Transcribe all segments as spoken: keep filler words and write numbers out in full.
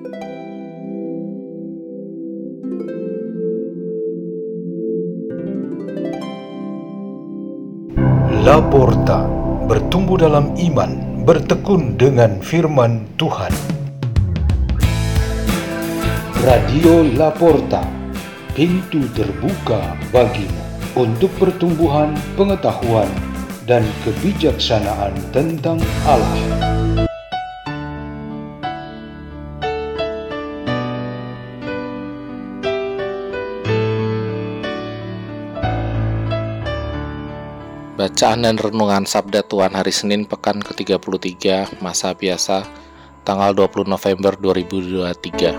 Laporta, bertumbuh dalam iman, bertekun dengan firman Tuhan. Radio Laporta, pintu terbuka bagimu untuk pertumbuhan pengetahuan dan kebijaksanaan tentang Allah. Bacaan dan renungan Sabda Tuhan hari Senin pekan ke tiga puluh tiga masa biasa tanggal dua puluh November dua ribu dua puluh tiga.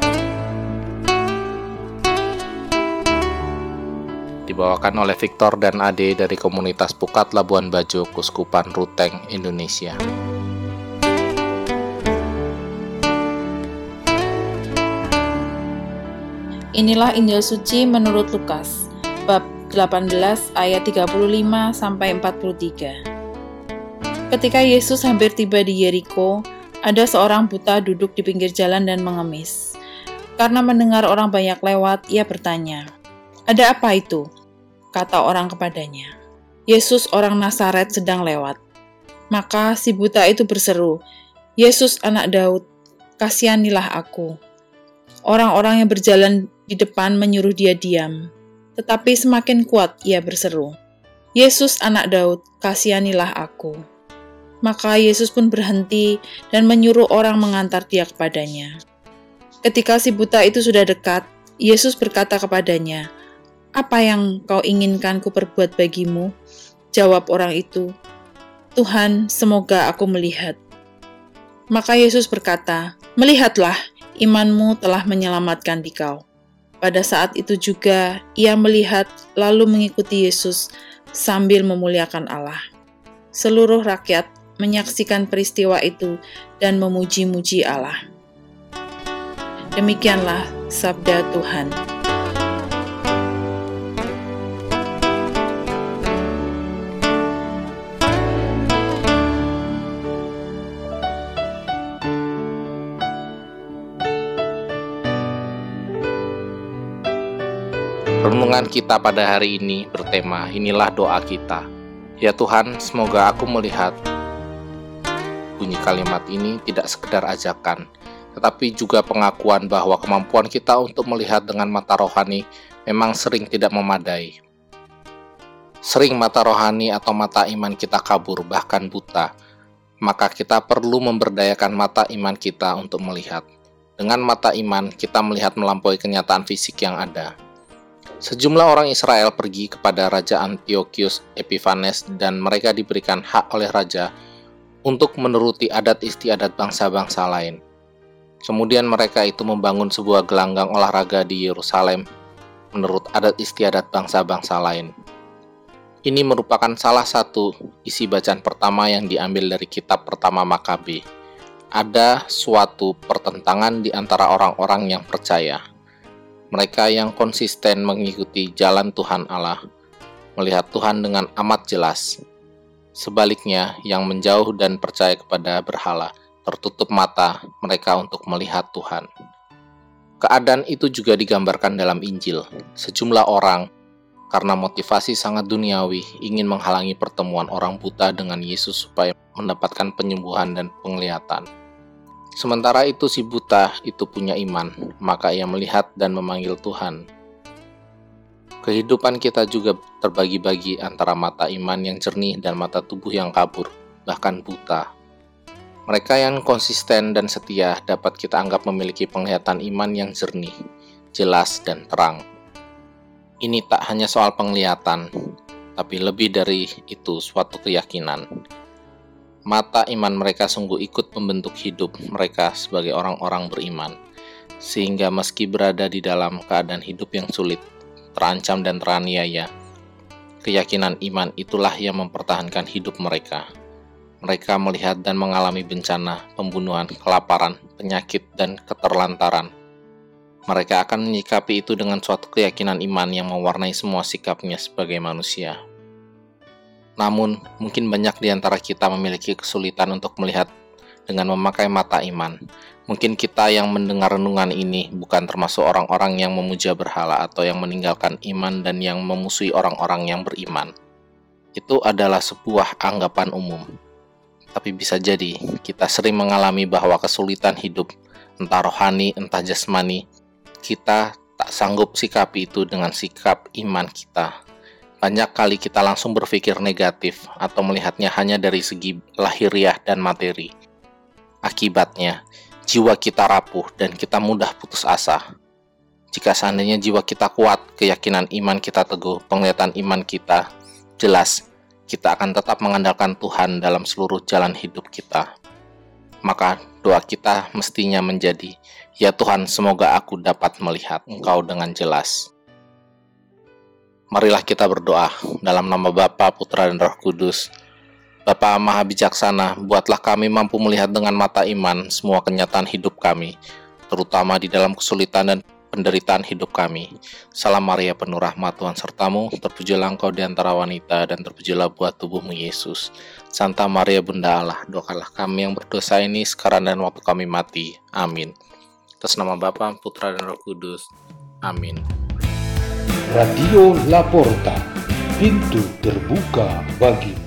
Dibawakan oleh Victor dan Ade dari komunitas Pukat Labuan Bajo, Kuskupan Ruteng, Indonesia. Inilah Injil Suci menurut Lukas, bab delapan belas ayat tiga puluh lima sampai empat puluh tiga. Ketika Yesus hampir tiba di Yeriko, ada seorang buta duduk di pinggir jalan dan mengemis. Karena mendengar orang banyak lewat, ia bertanya, "Ada apa itu?" Kata orang kepadanya, "Yesus orang Nazaret sedang lewat." Maka si buta itu berseru, "Yesus anak Daud, kasihanilah aku." Orang-orang yang berjalan di depan menyuruh dia diam. Tetapi semakin kuat ia berseru, "Yesus anak Daud, kasihanilah aku." Maka Yesus pun berhenti dan menyuruh orang mengantar dia kepadanya. Ketika si buta itu sudah dekat, Yesus berkata kepadanya, "Apa yang kau inginkan ku perbuat bagimu?" Jawab orang itu, "Tuhan, semoga aku melihat." Maka Yesus berkata, "Melihatlah, imanmu telah menyelamatkan dikau." Pada saat itu juga ia melihat lalu mengikuti Yesus sambil memuliakan Allah. Seluruh rakyat menyaksikan peristiwa itu dan memuji-muji Allah. Demikianlah sabda Tuhan. Renungan kita pada hari ini bertema, inilah doa kita. Ya Tuhan, semoga aku melihat. Bunyi kalimat ini tidak sekedar ajakan, tetapi juga pengakuan bahwa kemampuan kita untuk melihat dengan mata rohani memang sering tidak memadai. Sering mata rohani atau mata iman kita kabur, bahkan buta. Maka kita perlu memberdayakan mata iman kita untuk melihat. Dengan mata iman, kita melihat melampaui kenyataan fisik yang ada. Sejumlah orang Israel pergi kepada Raja Antiochus Epiphanes dan mereka diberikan hak oleh raja untuk menuruti adat istiadat bangsa-bangsa lain. Kemudian mereka itu membangun sebuah gelanggang olahraga di Yerusalem menurut adat istiadat bangsa-bangsa lain. Ini merupakan salah satu isi bacaan pertama yang diambil dari kitab pertama Makabe. Ada suatu pertentangan di antara orang-orang yang percaya. Mereka yang konsisten mengikuti jalan Tuhan Allah, melihat Tuhan dengan amat jelas. Sebaliknya, yang menjauh dan percaya kepada berhala, tertutup mata mereka untuk melihat Tuhan. Keadaan itu juga digambarkan dalam Injil. Sejumlah orang, karena motivasi sangat duniawi, ingin menghalangi pertemuan orang buta dengan Yesus supaya mendapatkan penyembuhan dan penglihatan. Sementara itu si buta itu punya iman, maka ia melihat dan memanggil Tuhan. Kehidupan kita juga terbagi-bagi antara mata iman yang jernih dan mata tubuh yang kabur, bahkan buta. Mereka yang konsisten dan setia dapat kita anggap memiliki penglihatan iman yang jernih, jelas dan terang. Ini tak hanya soal penglihatan, tapi lebih dari itu suatu keyakinan. Mata iman mereka sungguh ikut membentuk hidup mereka sebagai orang-orang beriman, sehingga meski berada di dalam keadaan hidup yang sulit, terancam dan teraniaya, keyakinan iman itulah yang mempertahankan hidup mereka. Mereka melihat dan mengalami bencana, pembunuhan, kelaparan, penyakit, dan keterlantaran. Mereka akan menyikapi itu dengan suatu keyakinan iman yang mewarnai semua sikapnya sebagai manusia. Namun, mungkin banyak di antara kita memiliki kesulitan untuk melihat dengan memakai mata iman. Mungkin kita yang mendengar renungan ini bukan termasuk orang-orang yang memuja berhala atau yang meninggalkan iman dan yang memusuhi orang-orang yang beriman. Itu adalah sebuah anggapan umum. Tapi bisa jadi kita sering mengalami bahwa kesulitan hidup, entah rohani, entah jasmani, kita tak sanggup sikapi itu dengan sikap iman kita. Banyak kali kita langsung berpikir negatif atau melihatnya hanya dari segi lahiriah dan materi. Akibatnya, jiwa kita rapuh dan kita mudah putus asa. Jika seandainya jiwa kita kuat, keyakinan iman kita teguh, penglihatan iman kita jelas, kita akan tetap mengandalkan Tuhan dalam seluruh jalan hidup kita. Maka doa kita mestinya menjadi, ya Tuhan, semoga aku dapat melihat Engkau dengan jelas. Marilah kita berdoa dalam nama Bapa, Putra, dan Roh Kudus. Bapa Maha Bijaksana, buatlah kami mampu melihat dengan mata iman semua kenyataan hidup kami, terutama di dalam kesulitan dan penderitaan hidup kami. Salam Maria, penuh rahmat, Tuhan sertamu, terpujilah Engkau di antara wanita, dan terpujilah buah tubuhmu Yesus. Santa Maria Bunda Allah, doakanlah kami yang berdosa ini sekarang dan waktu kami mati. Amin. Atas nama Bapa, Putra, dan Roh Kudus. Amin. Radio Laporta, pintu terbuka bagimu.